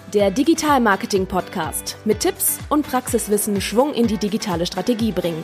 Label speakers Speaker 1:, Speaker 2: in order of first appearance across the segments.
Speaker 1: Der Digital-Marketing-Podcast mit Tipps und Praxiswissen Schwung in die digitale Strategie bringen.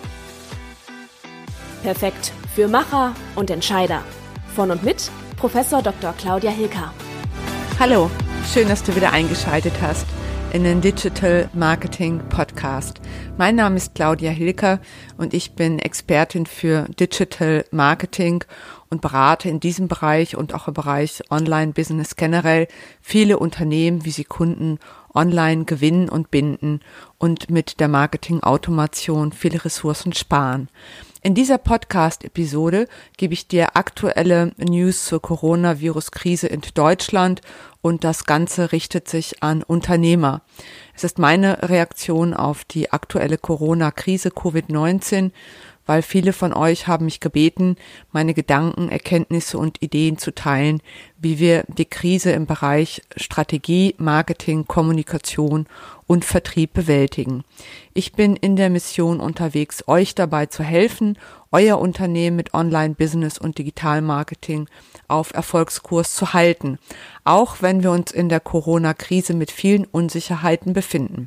Speaker 1: Perfekt für Macher und Entscheider. Von und mit Professor Dr. Claudia Hilker.
Speaker 2: Hallo, schön, dass du wieder eingeschaltet hast in den Digital Marketing Podcast. Mein Name ist Claudia Hilker und ich bin Expertin für Digital Marketing und berate in diesem Bereich und auch im Bereich Online-Business generell viele Unternehmen, wie sie Kunden online gewinnen und binden und mit der Marketing-Automation viele Ressourcen sparen. In dieser Podcast-Episode gebe ich dir aktuelle News zur Coronavirus-Krise in Deutschland und das Ganze richtet sich an Unternehmer. Es ist meine Reaktion auf die aktuelle Corona-Krise Covid-19, weil viele von euch haben mich gebeten, meine Gedanken, Erkenntnisse und Ideen zu teilen, wie wir die Krise im Bereich Strategie, Marketing, Kommunikation und Vertrieb bewältigen. Ich bin in der Mission unterwegs, euch dabei zu helfen, euer Unternehmen mit Online-Business und Digital-Marketing auf Erfolgskurs zu halten, auch wenn wir uns in der Corona-Krise mit vielen Unsicherheiten befinden.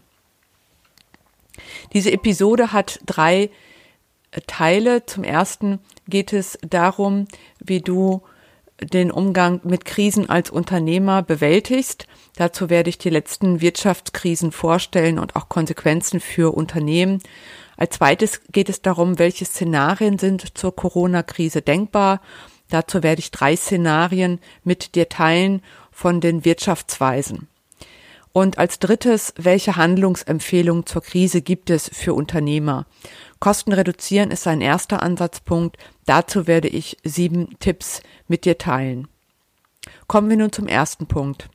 Speaker 2: Diese Episode hat 3 Teile. Zum ersten geht es darum, wie du den Umgang mit Krisen als Unternehmer bewältigst. Dazu werde ich die letzten Wirtschaftskrisen vorstellen und auch Konsequenzen für Unternehmen. Als zweites geht es darum, welche Szenarien sind zur Corona-Krise denkbar. Dazu werde ich 3 Szenarien mit dir teilen von den Wirtschaftsweisen. Und als drittes, welche Handlungsempfehlungen zur Krise gibt es für Unternehmer? Kosten reduzieren ist ein erster Ansatzpunkt. Dazu werde ich 7 Tipps mit dir teilen. Kommen wir nun zum ersten Punkt.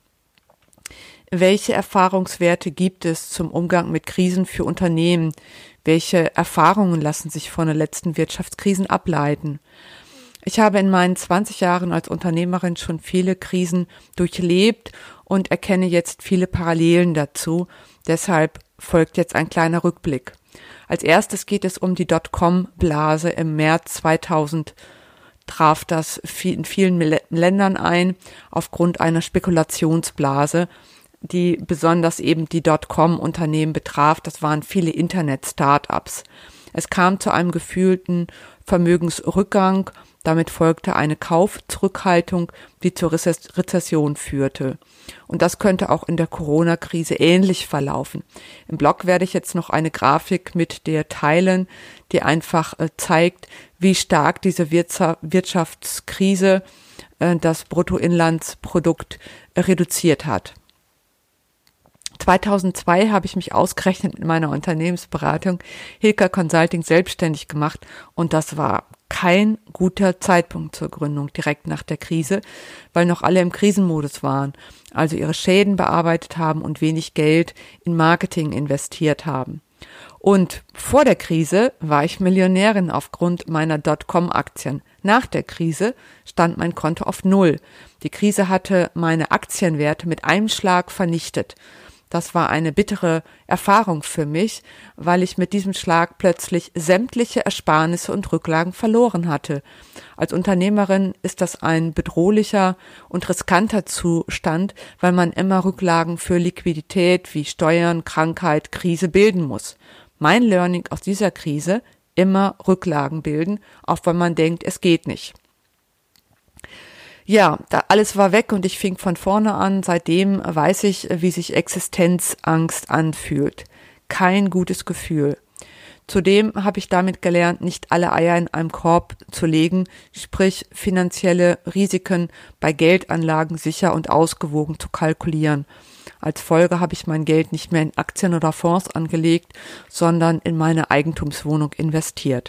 Speaker 2: Welche Erfahrungswerte gibt es zum Umgang mit Krisen für Unternehmen? Welche Erfahrungen lassen sich von den letzten Wirtschaftskrisen ableiten? Ich habe in meinen 20 Jahren als Unternehmerin schon viele Krisen durchlebt und erkenne jetzt viele Parallelen dazu. Deshalb folgt jetzt ein kleiner Rückblick. Als erstes geht es um die Dotcom-Blase. Im März 2000 traf das in vielen Ländern ein, aufgrund einer Spekulationsblase, die besonders eben die Dotcom-Unternehmen betraf. Das waren viele Internet-Startups. Es kam zu einem gefühlten Vermögensrückgang. Damit folgte eine Kaufzurückhaltung, die zur Rezession führte. Und das könnte auch in der Corona-Krise ähnlich verlaufen. Im Blog werde ich jetzt noch eine Grafik mit dir teilen, die einfach zeigt, wie stark diese Wirtschaftskrise das Bruttoinlandsprodukt reduziert hat. 2002 habe ich mich ausgerechnet mit meiner Unternehmensberatung Hilker Consulting selbstständig gemacht und das war kein guter Zeitpunkt zur Gründung direkt nach der Krise, weil noch alle im Krisenmodus waren, also ihre Schäden bearbeitet haben und wenig Geld in Marketing investiert haben. Und vor der Krise war ich Millionärin aufgrund meiner Dotcom-Aktien. Nach der Krise stand mein Konto auf 0. Die Krise hatte meine Aktienwerte mit einem Schlag vernichtet. Das war eine bittere Erfahrung für mich, weil ich mit diesem Schlag plötzlich sämtliche Ersparnisse und Rücklagen verloren hatte. Als Unternehmerin ist das ein bedrohlicher und riskanter Zustand, weil man immer Rücklagen für Liquidität wie Steuern, Krankheit, Krise bilden muss. Mein Learning aus dieser Krise: immer Rücklagen bilden, auch wenn man denkt, es geht nicht. Ja, alles war weg und ich fing von vorne an. Seitdem weiß ich, wie sich Existenzangst anfühlt. Kein gutes Gefühl. Zudem habe ich damit gelernt, nicht alle Eier in einem Korb zu legen, sprich finanzielle Risiken bei Geldanlagen sicher und ausgewogen zu kalkulieren. Als Folge habe ich mein Geld nicht mehr in Aktien oder Fonds angelegt, sondern in meine Eigentumswohnung investiert.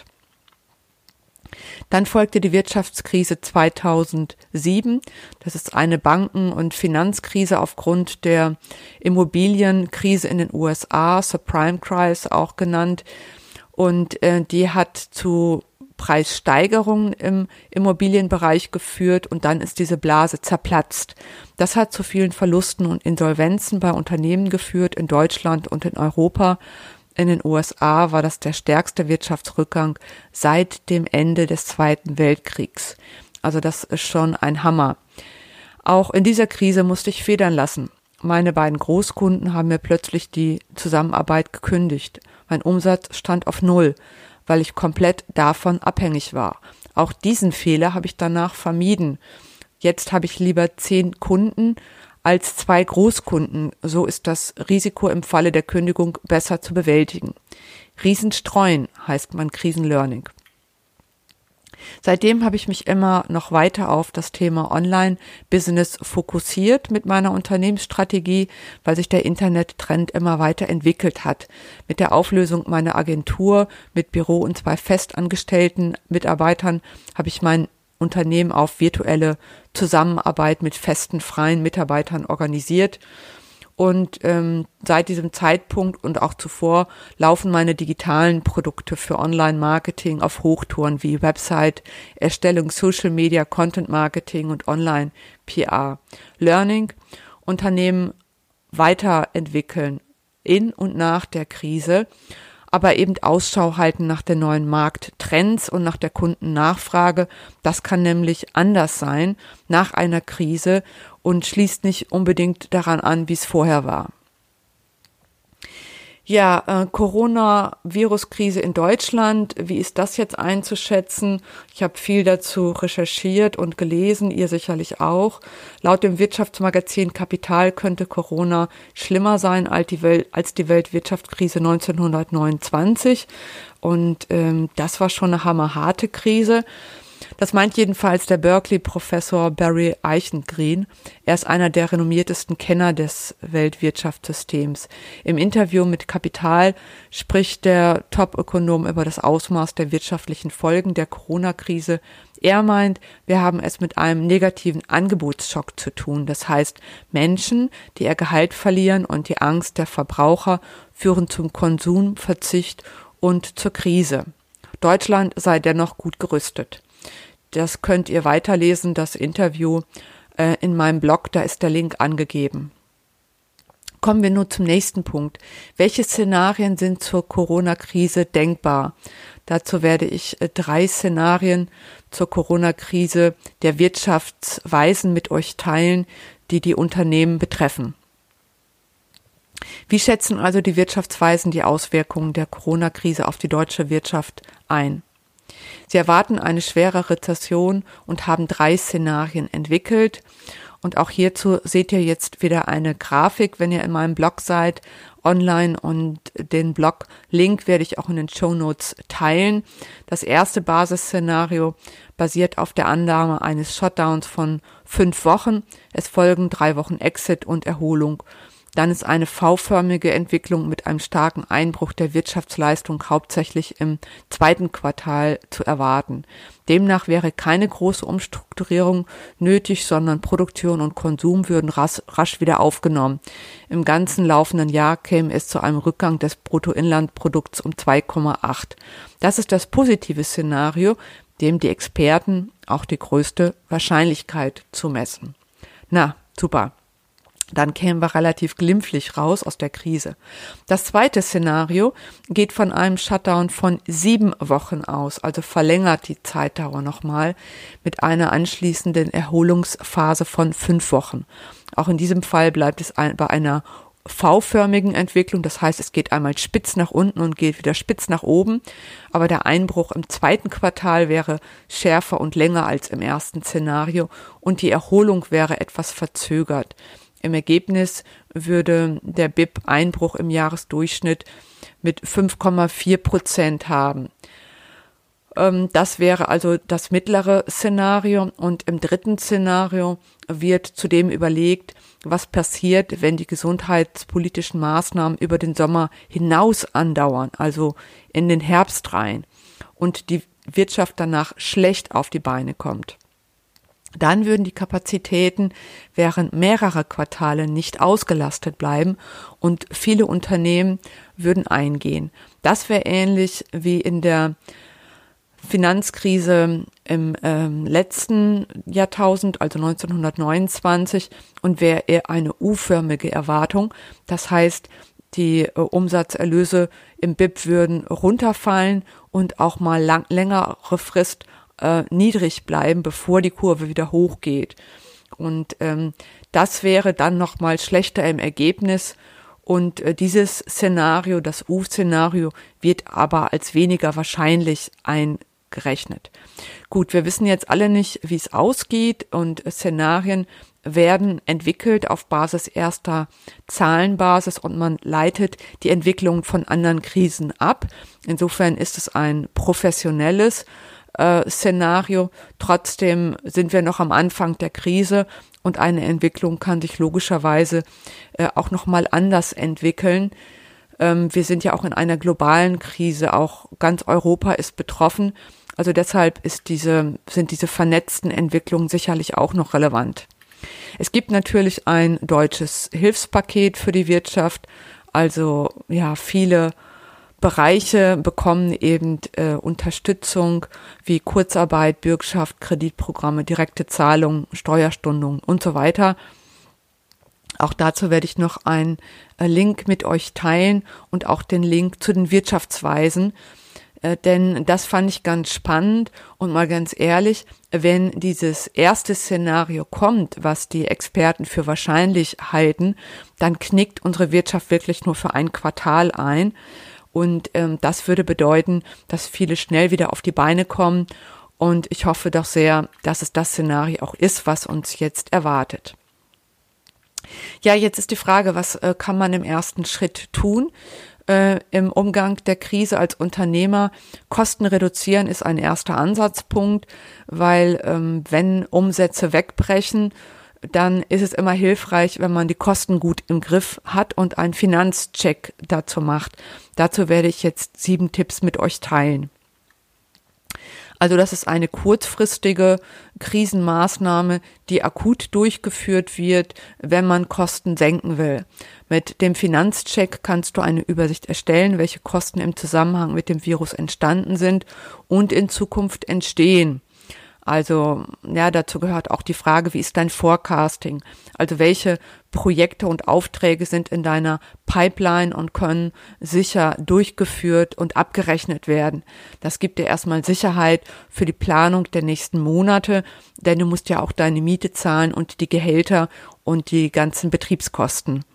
Speaker 2: Dann folgte die Wirtschaftskrise 2007. Das ist eine Banken- und Finanzkrise aufgrund der Immobilienkrise in den USA, Subprime-Crisis auch genannt. Und die hat zu Preissteigerungen im Immobilienbereich geführt und dann ist diese Blase zerplatzt. Das hat zu vielen Verlusten und Insolvenzen bei Unternehmen geführt in Deutschland und in Europa. In den USA war das der stärkste Wirtschaftsrückgang seit dem Ende des Zweiten Weltkriegs. Also das ist schon ein Hammer. Auch in dieser Krise musste ich federn lassen. meine beiden Großkunden haben mir plötzlich die Zusammenarbeit gekündigt. Mein Umsatz stand auf 0, weil ich komplett davon abhängig war. Auch diesen Fehler habe ich danach vermieden. Jetzt habe ich lieber 10 Kunden als 2 Großkunden. So ist das Risiko im Falle der Kündigung besser zu bewältigen. Risiken streuen heißt mein Krisenlearning. Seitdem habe ich mich immer noch weiter auf das Thema Online-Business fokussiert mit meiner Unternehmensstrategie, weil sich der Internettrend immer weiter entwickelt hat. Mit der Auflösung meiner Agentur mit Büro und 2 festangestellten Mitarbeitern habe ich mein Unternehmen auf virtuelle Zusammenarbeit mit festen, freien Mitarbeitern organisiert. Und seit diesem Zeitpunkt und auch zuvor laufen meine digitalen Produkte für Online-Marketing auf Hochtouren wie Website, Erstellung, Social Media, Content Marketing und Online-PR. Learning, Unternehmen weiterentwickeln in und nach der Krise, aber eben Ausschau halten nach den neuen Markttrends und nach der Kundennachfrage. Das kann nämlich anders sein nach einer Krise und schließt nicht unbedingt daran an, wie es vorher war. Ja, Corona-Virus-Krise in Deutschland, wie ist das jetzt einzuschätzen? Ich habe viel dazu recherchiert und gelesen, ihr sicherlich auch. Laut dem Wirtschaftsmagazin Kapital könnte Corona schlimmer sein als die Weltwirtschaftskrise 1929. Und das war schon eine hammerharte Krise. Das meint jedenfalls der Berkeley-Professor Barry Eichengreen. Er ist einer der renommiertesten Kenner des Weltwirtschaftssystems. Im Interview mit Kapital spricht der Top-Ökonom über das Ausmaß der wirtschaftlichen Folgen der Corona-Krise. Er meint, wir haben es mit einem negativen Angebotsschock zu tun. Das heißt, Menschen, die ihr Gehalt verlieren und die Angst der Verbraucher führen zum Konsumverzicht und zur Krise. Deutschland sei dennoch gut gerüstet. Das könnt ihr weiterlesen, das Interview in meinem Blog, da ist der Link angegeben. Kommen wir nun zum nächsten Punkt. Welche Szenarien sind zur Corona-Krise denkbar? Dazu werde ich 3 Szenarien zur Corona-Krise der Wirtschaftsweisen mit euch teilen, die die Unternehmen betreffen. Wie schätzen also die Wirtschaftsweisen die Auswirkungen der Corona-Krise auf die deutsche Wirtschaft ein? Sie erwarten eine schwere Rezession und haben 3 Szenarien entwickelt. Und auch hierzu seht ihr jetzt wieder eine Grafik, wenn ihr in meinem Blog seid, online, und den Blog-Link werde ich auch in den Shownotes teilen. Das erste Basisszenario basiert auf der Annahme eines Shutdowns von 5 Wochen. Es folgen 3 Wochen Exit und Erholung. Dann ist eine V-förmige Entwicklung mit einem starken Einbruch der Wirtschaftsleistung hauptsächlich im 2. Quartal zu erwarten. Demnach wäre keine große Umstrukturierung nötig, sondern Produktion und Konsum würden rasch wieder aufgenommen. Im ganzen laufenden Jahr käme es zu einem Rückgang des Bruttoinlandprodukts um 2,8. Das ist das positive Szenario, dem die Experten auch die größte Wahrscheinlichkeit zumessen. Na, super. Dann kämen wir relativ glimpflich raus aus der Krise. Das zweite Szenario geht von einem Shutdown von 7 Wochen aus, also verlängert die Zeitdauer nochmal mit einer anschließenden Erholungsphase von 5 Wochen. Auch in diesem Fall bleibt es bei einer V-förmigen Entwicklung, das heißt, es geht einmal spitz nach unten und geht wieder spitz nach oben, aber der Einbruch im 2. Quartal wäre schärfer und länger als im ersten Szenario und die Erholung wäre etwas verzögert. Im Ergebnis würde der BIP-Einbruch im Jahresdurchschnitt mit 5,4% haben. Das wäre also das mittlere Szenario. Und im dritten Szenario wird zudem überlegt, was passiert, wenn die gesundheitspolitischen Maßnahmen über den Sommer hinaus andauern, also in den Herbst rein, und die Wirtschaft danach schlecht auf die Beine kommt. Dann würden die Kapazitäten während mehrerer Quartale nicht ausgelastet bleiben und viele Unternehmen würden eingehen. Das wäre ähnlich wie in der Finanzkrise im letzten Jahrtausend, also 1929, und wäre eher eine U-förmige Erwartung. Das heißt, die Umsatzerlöse im BIP würden runterfallen und auch mal längere Frist niedrig bleiben, bevor die Kurve wieder hochgeht. Und Das wäre dann nochmal schlechter im Ergebnis. Und dieses Szenario, das U-Szenario, wird aber als weniger wahrscheinlich eingerechnet. Gut, wir wissen jetzt alle nicht, wie es ausgeht, und Szenarien werden entwickelt auf Basis erster Zahlenbasis und man leitet die Entwicklung von anderen Krisen ab. Insofern ist es ein professionelles Szenario. Trotzdem sind wir noch am Anfang der Krise und eine Entwicklung kann sich logischerweise auch nochmal anders entwickeln. Wir sind ja auch in einer globalen Krise, auch ganz Europa ist betroffen. Also deshalb sind diese vernetzten Entwicklungen sicherlich auch noch relevant. Es gibt natürlich ein deutsches Hilfspaket für die Wirtschaft. Also ja, viele Bereiche bekommen eben Unterstützung wie Kurzarbeit, Bürgschaft, Kreditprogramme, direkte Zahlungen, Steuerstundung und so weiter. Auch dazu werde ich noch einen Link mit euch teilen und auch den Link zu den Wirtschaftsweisen. Denn das fand ich ganz spannend und mal ganz ehrlich, wenn dieses erste Szenario kommt, was die Experten für wahrscheinlich halten, dann knickt unsere Wirtschaft wirklich nur für ein Quartal ein. Und das würde bedeuten, dass viele schnell wieder auf die Beine kommen. Und ich hoffe doch sehr, dass es das Szenario auch ist, was uns jetzt erwartet. Ja, jetzt ist die Frage, was kann man im ersten Schritt tun? Im Umgang der Krise als Unternehmer. Kosten reduzieren ist ein erster Ansatzpunkt, weil wenn Umsätze wegbrechen, dann ist es immer hilfreich, wenn man die Kosten gut im Griff hat und einen Finanzcheck dazu macht. Dazu werde ich jetzt 7 Tipps mit euch teilen. Also das ist eine kurzfristige Krisenmaßnahme, die akut durchgeführt wird, wenn man Kosten senken will. Mit dem Finanzcheck kannst du eine Übersicht erstellen, welche Kosten im Zusammenhang mit dem Virus entstanden sind und in Zukunft entstehen. Also ja, dazu gehört auch die Frage, wie ist dein Forecasting? Also welche Projekte und Aufträge sind in deiner Pipeline und können sicher durchgeführt und abgerechnet werden? Das gibt dir erstmal Sicherheit für die Planung der nächsten Monate, denn du musst ja auch deine Miete zahlen und die Gehälter und die ganzen Betriebskosten.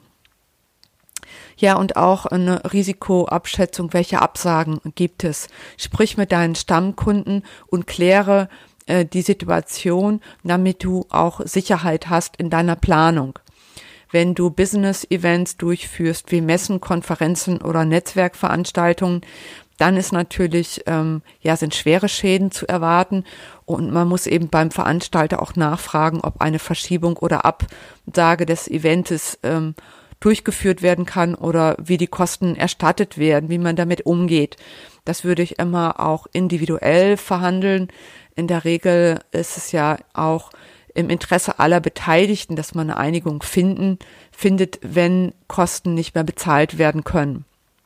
Speaker 2: Ja, und auch eine Risikoabschätzung, welche Absagen gibt es? Sprich mit deinen Stammkunden und kläre die Situation, damit du auch Sicherheit hast in deiner Planung. Wenn du Business-Events durchführst, wie Messen, Konferenzen oder Netzwerkveranstaltungen, dann ist natürlich, sind schwere Schäden zu erwarten und man muss eben beim Veranstalter auch nachfragen, ob eine Verschiebung oder Absage des Events durchgeführt werden kann oder wie die Kosten erstattet werden, wie man damit umgeht. Das würde ich immer auch individuell verhandeln. In der Regel ist es ja auch im Interesse aller Beteiligten, dass man eine Einigung findet, wenn Kosten nicht mehr bezahlt werden können.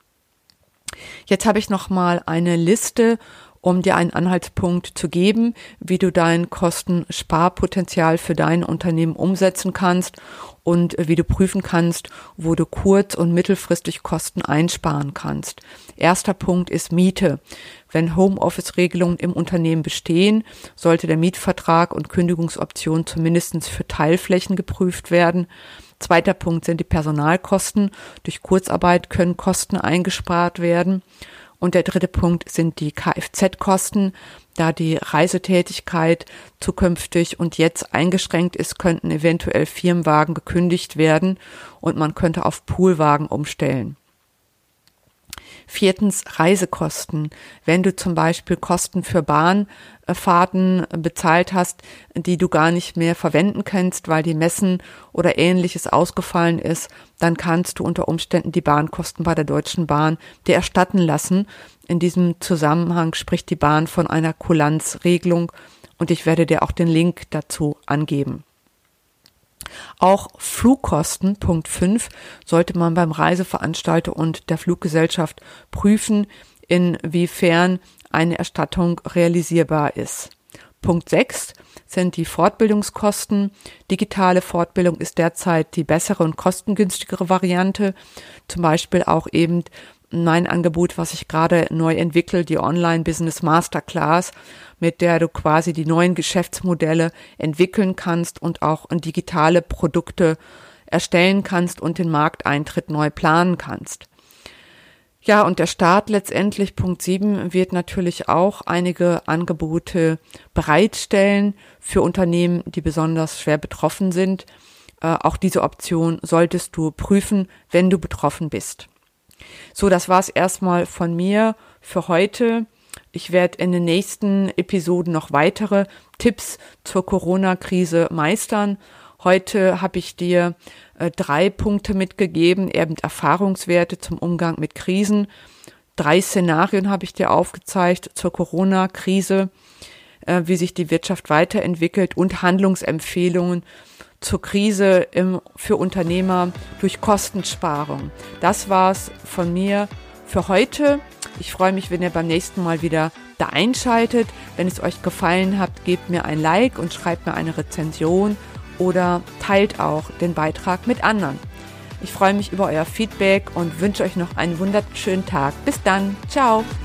Speaker 2: Jetzt habe ich noch mal eine Liste, um dir einen Anhaltspunkt zu geben, wie du dein Kostensparpotenzial für dein Unternehmen umsetzen kannst und wie du prüfen kannst, wo du kurz- und mittelfristig Kosten einsparen kannst. Erster Punkt ist Miete. Wenn Homeoffice-Regelungen im Unternehmen bestehen, sollte der Mietvertrag und Kündigungsoption zumindest für Teilflächen geprüft werden. Zweiter Punkt sind die Personalkosten. Durch Kurzarbeit können Kosten eingespart werden. Und der dritte Punkt sind die Kfz-Kosten. Da die Reisetätigkeit zukünftig und jetzt eingeschränkt ist, könnten eventuell Firmenwagen gekündigt werden und man könnte auf Poolwagen umstellen. Viertens, Reisekosten. Wenn du zum Beispiel Kosten für Bahnfahrten bezahlt hast, die du gar nicht mehr verwenden kannst, weil die Messen oder Ähnliches ausgefallen ist, dann kannst du unter Umständen die Bahnkosten bei der Deutschen Bahn dir erstatten lassen. In diesem Zusammenhang spricht die Bahn von einer Kulanzregelung und ich werde dir auch den Link dazu angeben. Auch Flugkosten, Punkt 5, sollte man beim Reiseveranstalter und der Fluggesellschaft prüfen, inwiefern eine Erstattung realisierbar ist. Punkt 6 sind die Fortbildungskosten. Digitale Fortbildung ist derzeit die bessere und kostengünstigere Variante, zum Beispiel auch eben mein Angebot, was ich gerade neu entwickle, die Online Business Masterclass, mit der du quasi die neuen Geschäftsmodelle entwickeln kannst und auch digitale Produkte erstellen kannst und den Markteintritt neu planen kannst. Ja, und der Start letztendlich, Punkt 7, wird natürlich auch einige Angebote bereitstellen für Unternehmen, die besonders schwer betroffen sind. Auch diese Option solltest du prüfen, wenn du betroffen bist. So, das war's erstmal von mir für heute. Ich werde in den nächsten Episoden noch weitere Tipps zur Corona-Krise meistern. Heute habe ich dir 3 Punkte mitgegeben, eben Erfahrungswerte zum Umgang mit Krisen. 3 Szenarien habe ich dir aufgezeigt zur Corona-Krise, wie sich die Wirtschaft weiterentwickelt und Handlungsempfehlungen zur Krise für Unternehmer durch Kostensparung. Das war's von mir für heute. Ich freue mich, wenn ihr beim nächsten Mal wieder da einschaltet. Wenn es euch gefallen hat, gebt mir ein Like und schreibt mir eine Rezension oder teilt auch den Beitrag mit anderen. Ich freue mich über euer Feedback und wünsche euch noch einen wunderschönen Tag. Bis dann. Ciao.